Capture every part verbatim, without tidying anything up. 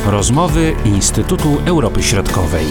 Rozmowy Instytutu Europy Środkowej.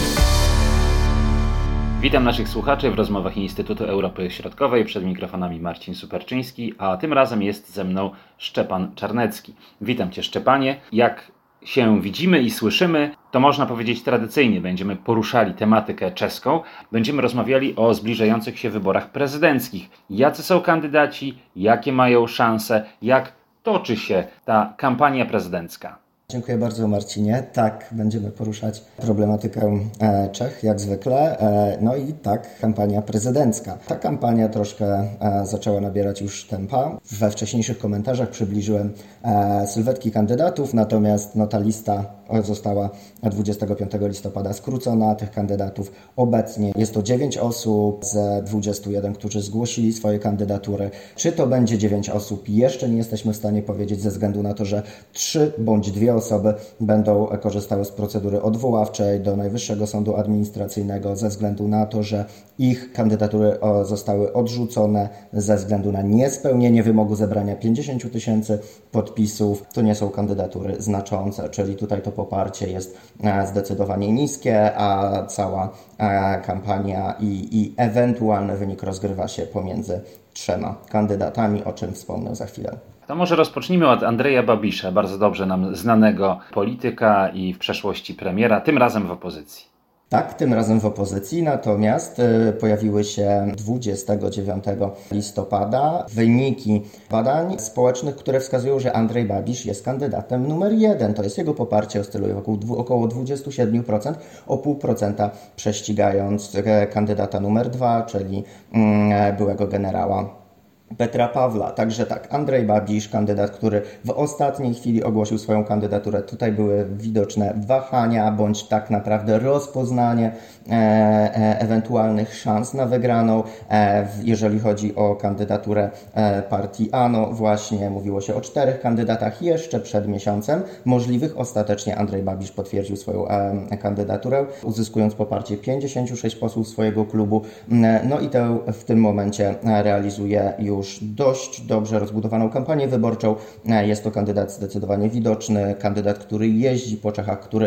Witam naszych słuchaczy w rozmowach Instytutu Europy Środkowej. Przed mikrofonami Marcin Superczyński, a tym razem jest ze mną Szczepan Czarnecki. Witam Cię, Szczepanie. Jak się widzimy i słyszymy, to można powiedzieć tradycyjnie będziemy poruszali tematykę czeską. Będziemy rozmawiali o zbliżających się wyborach prezydenckich. Jacy są kandydaci, jakie mają szanse, jak toczy się ta kampania prezydencka. Dziękuję bardzo, Marcinie. Tak, będziemy poruszać problematykę Czech, jak zwykle. No i tak, kampania prezydencka. Ta kampania troszkę zaczęła nabierać już tempa. We wcześniejszych komentarzach przybliżyłem sylwetki kandydatów, natomiast no, ta lista została dwudziestego piątego listopada skrócona. Tych kandydatów obecnie jest to dziewięć osób z dwudziestu jeden, którzy zgłosili swoje kandydatury. Czy to będzie dziewięć osób? Jeszcze nie jesteśmy w stanie powiedzieć ze względu na to, że trzy bądź dwie osoby będą korzystały z procedury odwoławczej do Najwyższego Sądu Administracyjnego ze względu na to, że ich kandydatury zostały odrzucone ze względu na niespełnienie wymogu zebrania pięćdziesięciu tysięcy podpisów. To nie są kandydatury znaczące, czyli tutaj to poparcie jest zdecydowanie niskie, a cała kampania i, i ewentualny wynik rozgrywa się pomiędzy trzema kandydatami, o czym wspomnę za chwilę. To może rozpocznijmy od Andreja Babisza, bardzo dobrze nam znanego polityka i w przeszłości premiera, tym razem w opozycji. Tak, tym razem w opozycji, natomiast y, pojawiły się dwudziestego dziewiątego listopada wyniki badań społecznych, które wskazują, że Andrej Babiš jest kandydatem numer jeden. To jest jego poparcie oscyluje wokół dwu, około dwadzieścia siedem procent, o pół procenta prześcigając y, kandydata numer dwa, czyli y, byłego generała Petra Pawła. Także tak, Andrej Babiš, kandydat, który w ostatniej chwili ogłosił swoją kandydaturę. Tutaj były widoczne wahania, bądź tak naprawdę rozpoznanie e, e, ewentualnych szans na wygraną. E, jeżeli chodzi o kandydaturę e, partii ANO, właśnie mówiło się o czterech kandydatach jeszcze przed miesiącem możliwych. Ostatecznie Andrej Babiš potwierdził swoją e, kandydaturę, uzyskując poparcie pięćdziesięciu sześciu posłów swojego klubu. E, no i to w tym momencie realizuje już już dość dobrze rozbudowaną kampanię wyborczą. Jest to kandydat zdecydowanie widoczny, kandydat, który jeździ po Czechach, który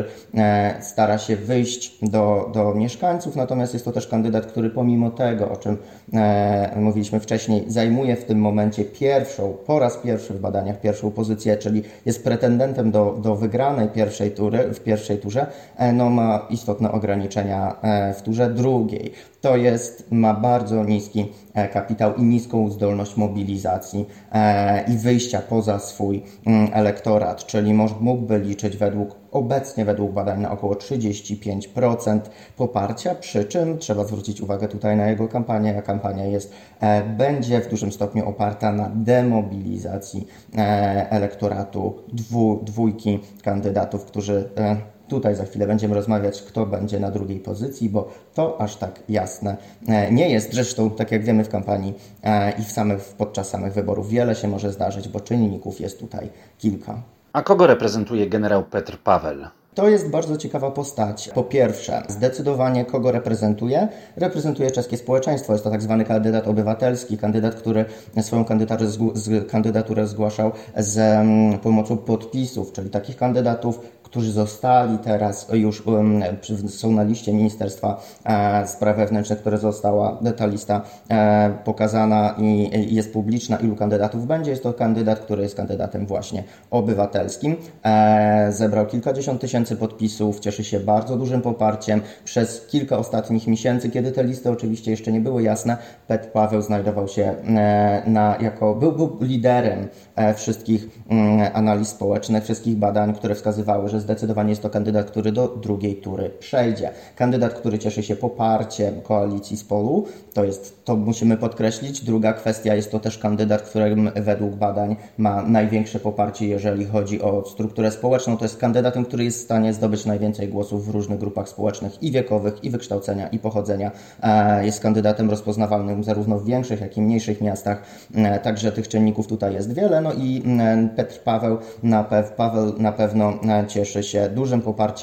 stara się wyjść do, do mieszkańców, natomiast jest to też kandydat, który pomimo tego, o czym mówiliśmy wcześniej, zajmuje w tym momencie pierwszą, po raz pierwszy w badaniach pierwszą pozycję, czyli jest pretendentem do, do wygranej pierwszej tury, w pierwszej turze, no ma istotne ograniczenia w turze drugiej. To jest, ma bardzo niski kapitał i niską zdolność mobilizacji e, i wyjścia poza swój mm, elektorat, czyli mógłby liczyć według obecnie według badań na około trzydzieści pięć procent poparcia, przy czym trzeba zwrócić uwagę tutaj na jego kampanię, a kampania jest, e, będzie w dużym stopniu oparta na demobilizacji e, elektoratu dwu, dwójki kandydatów, którzy e, tutaj za chwilę będziemy rozmawiać, kto będzie na drugiej pozycji, bo to aż tak jasne nie jest. Zresztą, tak jak wiemy w kampanii i w samych, podczas samych wyborów wiele się może zdarzyć, bo czynników jest tutaj kilka. A kogo reprezentuje generał Petr Paweł? To jest bardzo ciekawa postać. Po pierwsze, zdecydowanie kogo reprezentuje? Reprezentuje czeskie społeczeństwo. Jest to tak zwany kandydat obywatelski, kandydat, który swoją kandydaturę, kandydaturę zgłaszał z pomocą podpisów, czyli takich kandydatów, którzy zostali teraz już, um, są na liście Ministerstwa e, Spraw Wewnętrznych, która została, ta lista e, pokazana i, i jest publiczna, ilu kandydatów będzie. Jest to kandydat, który jest kandydatem właśnie obywatelskim. E, zebrał kilkadziesiąt tysięcy podpisów, cieszy się bardzo dużym poparciem. Przez kilka ostatnich miesięcy, kiedy te listy oczywiście jeszcze nie były jasne, Petr Paweł znajdował się e, na, jako, był, był liderem e, wszystkich e, analiz społecznych, wszystkich badań, które wskazywały, że zdecydowanie jest to kandydat, który do drugiej tury przejdzie. Kandydat, który cieszy się poparciem koalicji Spolu, to jest, to musimy podkreślić. Druga kwestia, jest to też kandydat, którym według badań ma największe poparcie, jeżeli chodzi o strukturę społeczną. To jest kandydatem, który jest w stanie zdobyć najwięcej głosów w różnych grupach społecznych i wiekowych, i wykształcenia, i pochodzenia. Jest kandydatem rozpoznawalnym zarówno w większych, jak i mniejszych miastach. Także tych czynników tutaj jest wiele. No i Petr Paweł na, pew, Paweł na pewno cieszy się dużym poparciem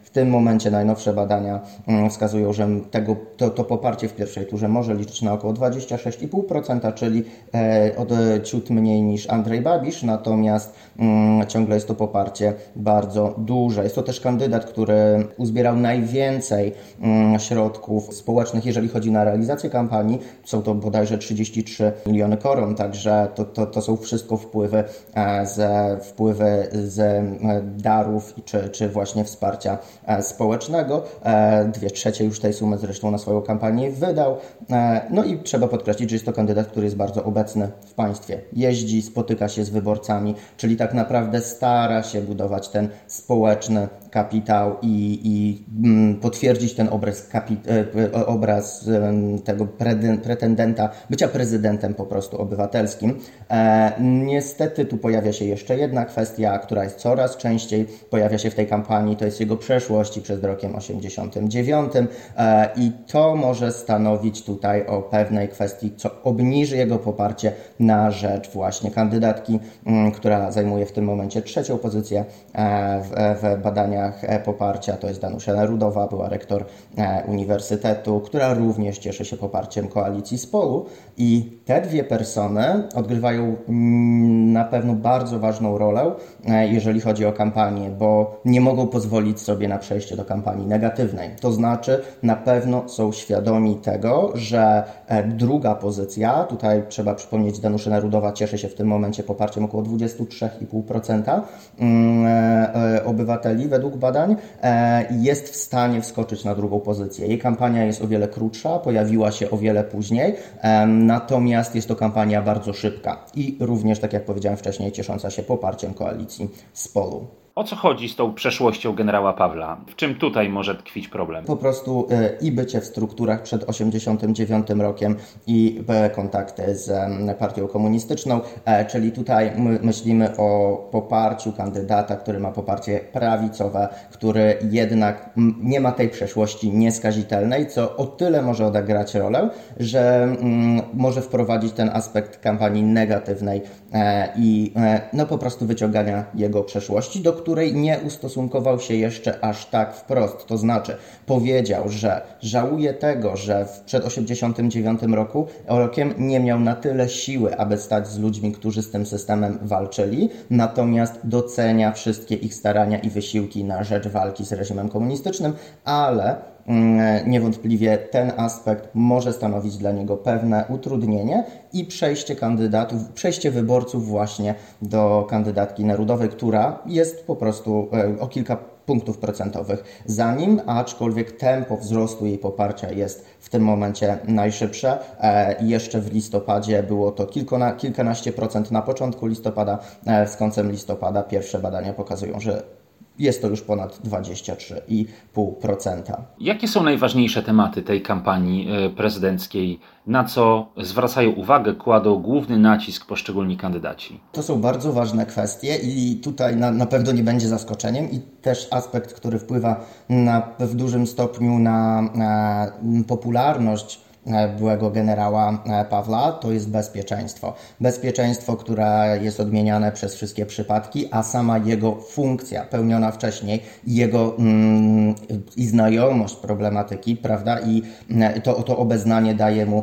W tym momencie najnowsze badania wskazują, że tego, to, to poparcie w pierwszej turze może liczyć na około dwadzieścia sześć i pół procent, czyli e, od ciut mniej niż Andrzej Babisz, natomiast mm, ciągle jest to poparcie bardzo duże. Jest to też kandydat, który uzbierał najwięcej mm, środków społecznych, jeżeli chodzi na realizację kampanii. Są to bodajże trzydzieści trzy miliony koron, także to, to, to są wszystko wpływy e, ze, wpływy z e, darów czy, czy właśnie wsparcia e, społecznego. E, dwie trzecie już tej sumy zresztą na swoją kampanię wydał. E, no i trzeba podkreślić, że jest to kandydat, który jest bardzo obecny w państwie. Jeździ, spotyka się z wyborcami, czyli tak naprawdę stara się budować ten społeczny kapitał i, i mm, potwierdzić ten obraz, kapi- e, obraz e, tego pre- pretendenta, bycia prezydentem po prostu obywatelskim. E, niestety tu pojawia się jeszcze jedna kwestia, która jest coraz częściej pojawia się w tej kampanii, to jest jego przeszłości przed rokiem osiemdziesiątym dziewiątym e, i to może stanowić tutaj o pewnej kwestii, co obniży jego poparcie na rzecz właśnie kandydatki, m, która zajmuje w tym momencie trzecią pozycję e, w, w badaniach poparcia, to jest Danusia Nerudowa, była rektor e, uniwersytetu, która również cieszy się poparciem koalicji Spolu i te dwie persony odgrywają mm, na pewno bardzo ważną rolę, e, jeżeli chodzi o kampanię, bo nie mogą pozwolić sobie na przejście do kampanii negatywnej. To znaczy na pewno są świadomi tego, że e, druga pozycja, tutaj trzeba przypomnieć, Danusia Nerudowa cieszy się w tym momencie poparciem około dwadzieścia trzy i pół procent mm, e, obywateli według badań, e, jest w stanie wskoczyć na drugą pozycję. Jej kampania jest o wiele krótsza, pojawiła się o wiele później, e, natomiast jest to kampania bardzo szybka i również, tak jak powiedziałem wcześniej, ciesząca się poparciem koalicji Spolu. O co chodzi z tą przeszłością generała Pawla? W czym tutaj może tkwić problem? Po prostu y, i bycie w strukturach przed osiemdziesiątym dziewiątym rokiem i y, kontakty z y, partią komunistyczną, e, czyli tutaj my myślimy o poparciu kandydata, który ma poparcie prawicowe, który jednak m, nie ma tej przeszłości nieskazitelnej, co o tyle może odegrać rolę, że m, może wprowadzić ten aspekt kampanii negatywnej e, i e, no po prostu wyciągania jego przeszłości, do której nie ustosunkował się jeszcze aż tak wprost. To znaczy powiedział, że żałuje tego, że przed osiemdziesiątym dziewiątym roku, rokiem nie miał na tyle siły, aby stać z ludźmi, którzy z tym systemem walczyli, natomiast docenia wszystkie ich starania i wysiłki na rzecz walki z reżimem komunistycznym, ale niewątpliwie ten aspekt może stanowić dla niego pewne utrudnienie i przejście kandydatów, przejście wyborców właśnie do kandydatki Nerudowej, która jest po prostu o kilka punktów procentowych za nim, aczkolwiek tempo wzrostu jej poparcia jest w tym momencie najszybsze. E, jeszcze w listopadzie było to kilkona, kilkanaście procent na początku listopada, e, z końcem listopada pierwsze badania pokazują, że jest to już ponad dwadzieścia trzy i pół procent. Jakie są najważniejsze tematy tej kampanii prezydenckiej? Na co zwracają uwagę, kładą główny nacisk poszczególni kandydaci? To są bardzo ważne kwestie i tutaj na, na pewno nie będzie zaskoczeniem i też aspekt, który wpływa na, w dużym stopniu na, na popularność byłego generała Pawła, to jest bezpieczeństwo. Bezpieczeństwo, które jest odmieniane przez wszystkie przypadki, a sama jego funkcja pełniona wcześniej, jego mm, i znajomość problematyki, prawda, i to, to obeznanie daje mu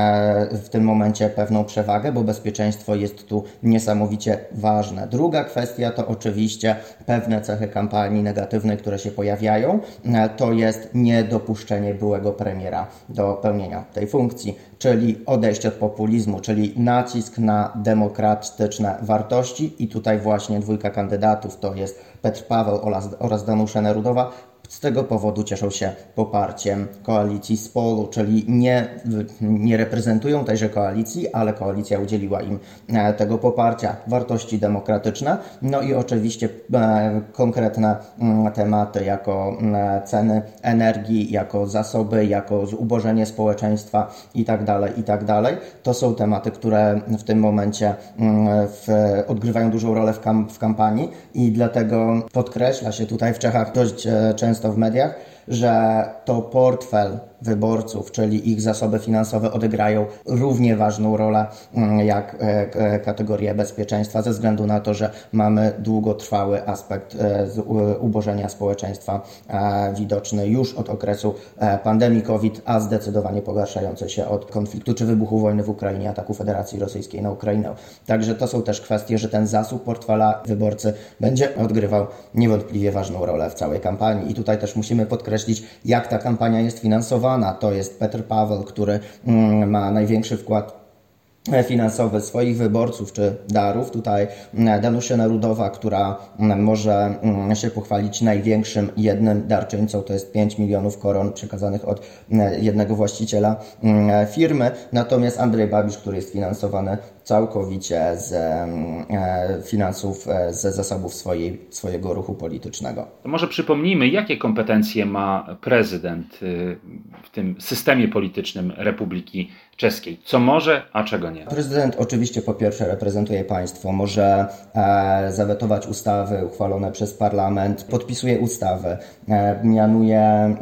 e, w tym momencie pewną przewagę, bo bezpieczeństwo jest tu niesamowicie ważne. Druga kwestia to oczywiście pewne cechy kampanii negatywnej, które się pojawiają, e, to jest niedopuszczenie byłego premiera do pełnienia tej funkcji, czyli odejście od populizmu, czyli nacisk na demokratyczne wartości i tutaj właśnie dwójka kandydatów to jest Petr Paweł oraz, oraz Danusia Nerudowa. Z tego powodu cieszą się poparciem koalicji Spolu, czyli nie, nie reprezentują tejże koalicji, ale koalicja udzieliła im tego poparcia. Wartości demokratyczne, no i oczywiście e, konkretne m, tematy jako m, ceny energii, jako zasoby, jako zubożenie społeczeństwa itd., itd. To są tematy, które w tym momencie m, w, odgrywają dużą rolę w, kam, w kampanii i dlatego podkreśla się tutaj w Czechach dość e, często w mediach, że to portfel wyborców, czyli ich zasoby finansowe odegrają równie ważną rolę jak kategorie bezpieczeństwa, ze względu na to, że mamy długotrwały aspekt ubożenia społeczeństwa widoczny już od okresu pandemii COVID, a zdecydowanie pogarszający się od konfliktu czy wybuchu wojny w Ukrainie, ataku Federacji Rosyjskiej na Ukrainę. Także to są też kwestie, że ten zasób portfela wyborcy będzie odgrywał niewątpliwie ważną rolę w całej kampanii. I tutaj też musimy podkreślić, jak ta kampania jest finansowana. To jest Petr Paweł, który mm, ma największy wkład finansowy swoich wyborców czy darów. Tutaj Danusia Narodowa, która może się pochwalić największym jednym darczyńcą, to jest pięć milionów koron przekazanych od jednego właściciela firmy. Natomiast Andrzej Babiš, który jest finansowany całkowicie z finansów, ze zasobów swojej, swojego ruchu politycznego. To może przypomnijmy, jakie kompetencje ma prezydent w tym systemie politycznym Republiki Czeskiej. Co może, a czego nie? Prezydent oczywiście po pierwsze reprezentuje państwo, może e, zawetować ustawy uchwalone przez parlament, podpisuje ustawy, e, mianuje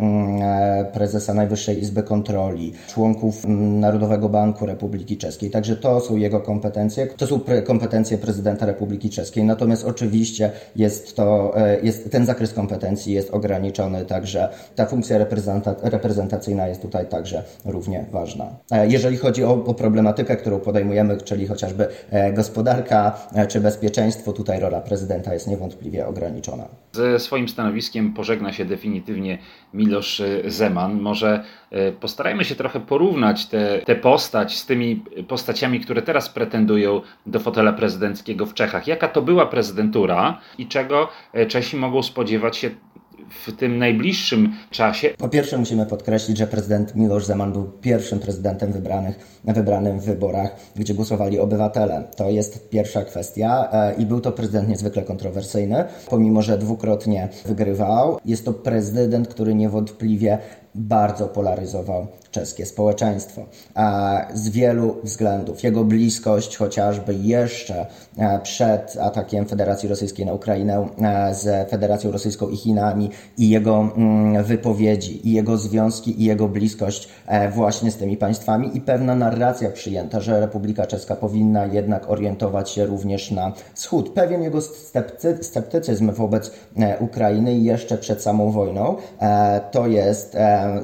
e, prezesa Najwyższej Izby Kontroli, członków m, Narodowego Banku Republiki Czeskiej. Także to są jego kompetencje. To są pre, kompetencje prezydenta Republiki Czeskiej. Natomiast oczywiście jest to, e, jest, ten zakres kompetencji jest ograniczony, także ta funkcja reprezenta, reprezentacyjna jest tutaj także równie ważna. E, jeżeli chodzi o, o problematykę, którą podejmujemy, czyli chociażby e, gospodarka e, czy bezpieczeństwo, tutaj rola prezydenta jest niewątpliwie ograniczona. Ze swoim stanowiskiem pożegna się definitywnie Miloš Zeman. Może e, postarajmy się trochę porównać tę postać z tymi postaciami, które teraz pretendują do fotela prezydenckiego w Czechach. Jaka to była prezydentura i czego Czesi mogą spodziewać się w tym najbliższym czasie? Po pierwsze musimy podkreślić, że prezydent Miloš Zeman był pierwszym prezydentem wybranych, wybranym w wyborach, gdzie głosowali obywatele. To jest pierwsza kwestia e, i był to prezydent niezwykle kontrowersyjny, pomimo że dwukrotnie wygrywał. Jest to prezydent, który niewątpliwie bardzo polaryzował czeskie społeczeństwo. Z wielu względów. Jego bliskość chociażby jeszcze przed atakiem Federacji Rosyjskiej na Ukrainę z Federacją Rosyjską i Chinami i jego wypowiedzi, i jego związki, i jego bliskość właśnie z tymi państwami i pewna narracja przyjęta, że Republika Czeska powinna jednak orientować się również na wschód. Pewien jego scepty, sceptycyzm wobec Ukrainy jeszcze przed samą wojną to jest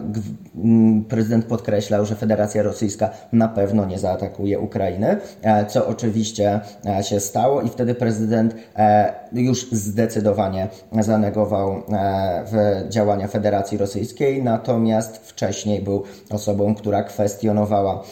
prezydent podkreślał, że Federacja Rosyjska na pewno nie zaatakuje Ukrainy, co oczywiście się stało i wtedy prezydent już zdecydowanie zanegował w działania Federacji Rosyjskiej, natomiast wcześniej był osobą, która kwestionowała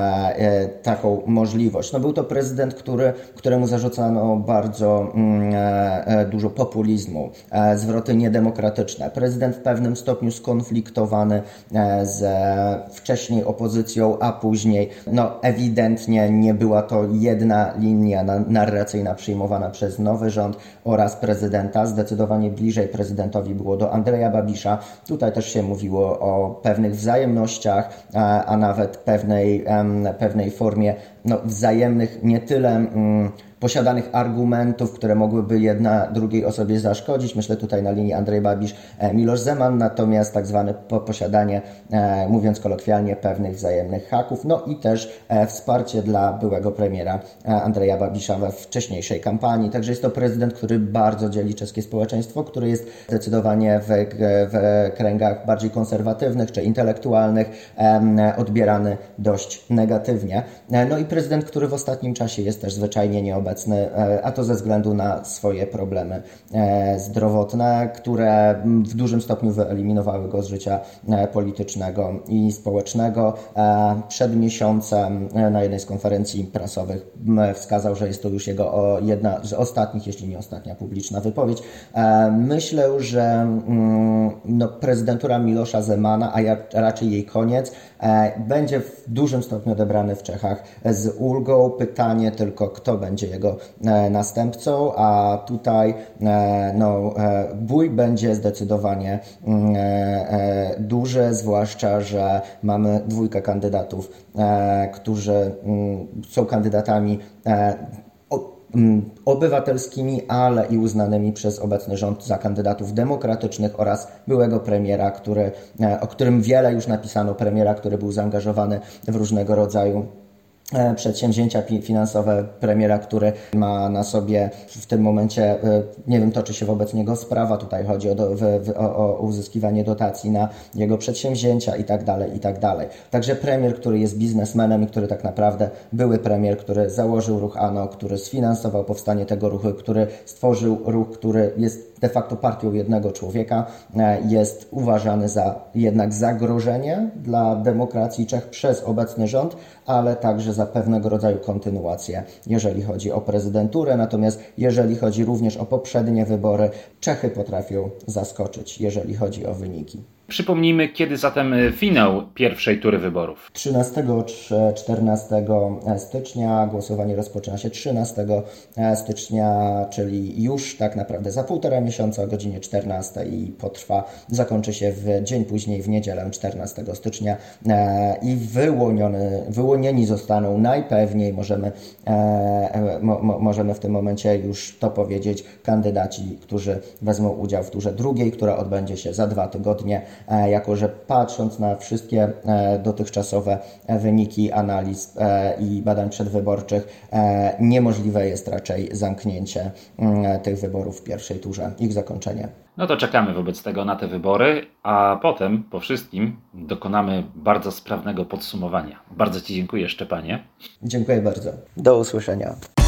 taką możliwość. No, był to prezydent, który, któremu zarzucano bardzo dużo populizmu, zwroty niedemokratyczne. Prezydent w pewnym stopniu skonfliktowany z wcześniej opozycją, a później no ewidentnie nie była to jedna linia narracyjna przyjmowana przez nowy rząd oraz prezydenta. Zdecydowanie bliżej prezydentowi było do Andreja Babiša. Tutaj też się mówiło o pewnych wzajemnościach, a, a nawet pewnej, um, pewnej formie no, wzajemnych nie tyle um, posiadanych argumentów, które mogłyby jedna drugiej osobie zaszkodzić. Myślę tutaj na linii Andrzej Babiš, Miloš Zeman, natomiast tak zwane posiadanie, mówiąc kolokwialnie, pewnych wzajemnych haków, no i też wsparcie dla byłego premiera Andreja Babiša we wcześniejszej kampanii. Także jest to prezydent, który bardzo dzieli czeskie społeczeństwo, który jest zdecydowanie w, w kręgach bardziej konserwatywnych czy intelektualnych odbierany dość negatywnie. No i prezydent, który w ostatnim czasie jest też zwyczajnie nieobecny, a to ze względu na swoje problemy zdrowotne, które w dużym stopniu wyeliminowały go z życia politycznego i społecznego. Przed miesiącem na jednej z konferencji prasowych wskazał, że jest to już jego jedna z ostatnich, jeśli nie ostatnia publiczna wypowiedź. Myślę, że no, prezydentura Miloša Zemana, a raczej jej koniec, będzie w dużym stopniu odebrany w Czechach z ulgą. Pytanie tylko, kto będzie jego następcą, a tutaj no, bój będzie zdecydowanie duży, zwłaszcza, że mamy dwójkę kandydatów, którzy są kandydatami mm, obywatelskimi, ale i uznanymi przez obecny rząd za kandydatów demokratycznych oraz byłego premiera, który, o którym wiele już napisano, premiera, który był zaangażowany w różnego rodzaju przedsięwzięcia finansowe, premiera, który ma na sobie w tym momencie, nie wiem, toczy się wobec niego sprawa, tutaj chodzi o, do, w, o, o uzyskiwanie dotacji na jego przedsięwzięcia i tak dalej, i tak dalej. Także premier, który jest biznesmenem i który tak naprawdę były premier, który założył ruch ANO, który sfinansował powstanie tego ruchu, który stworzył ruch, który jest de facto partią jednego człowieka, jest uważany za jednak zagrożenie dla demokracji Czech przez obecny rząd, ale także za pewnego rodzaju kontynuację, jeżeli chodzi o prezydenturę. Natomiast jeżeli chodzi również o poprzednie wybory, Czechy potrafią zaskoczyć, jeżeli chodzi o wyniki. Przypomnijmy, kiedy zatem finał pierwszej tury wyborów. trzynastego czternastego stycznia, głosowanie rozpoczyna się trzynastego stycznia, czyli już tak naprawdę za półtora miesiąca o godzinie czternastej i potrwa, zakończy się w dzień później, w niedzielę czternastego stycznia i wyłoniony, wyłonieni zostaną najpewniej, możemy, mo, możemy w tym momencie już to powiedzieć, kandydaci, którzy wezmą udział w turze drugiej, która odbędzie się za dwa tygodnie. Jako że patrząc na wszystkie dotychczasowe wyniki analiz i badań przedwyborczych, niemożliwe jest raczej zamknięcie tych wyborów w pierwszej turze, ich zakończenie. No to czekamy wobec tego na te wybory, a potem po wszystkim dokonamy bardzo sprawnego podsumowania. Bardzo Ci dziękuję, Szczepanie. Dziękuję bardzo. Do usłyszenia.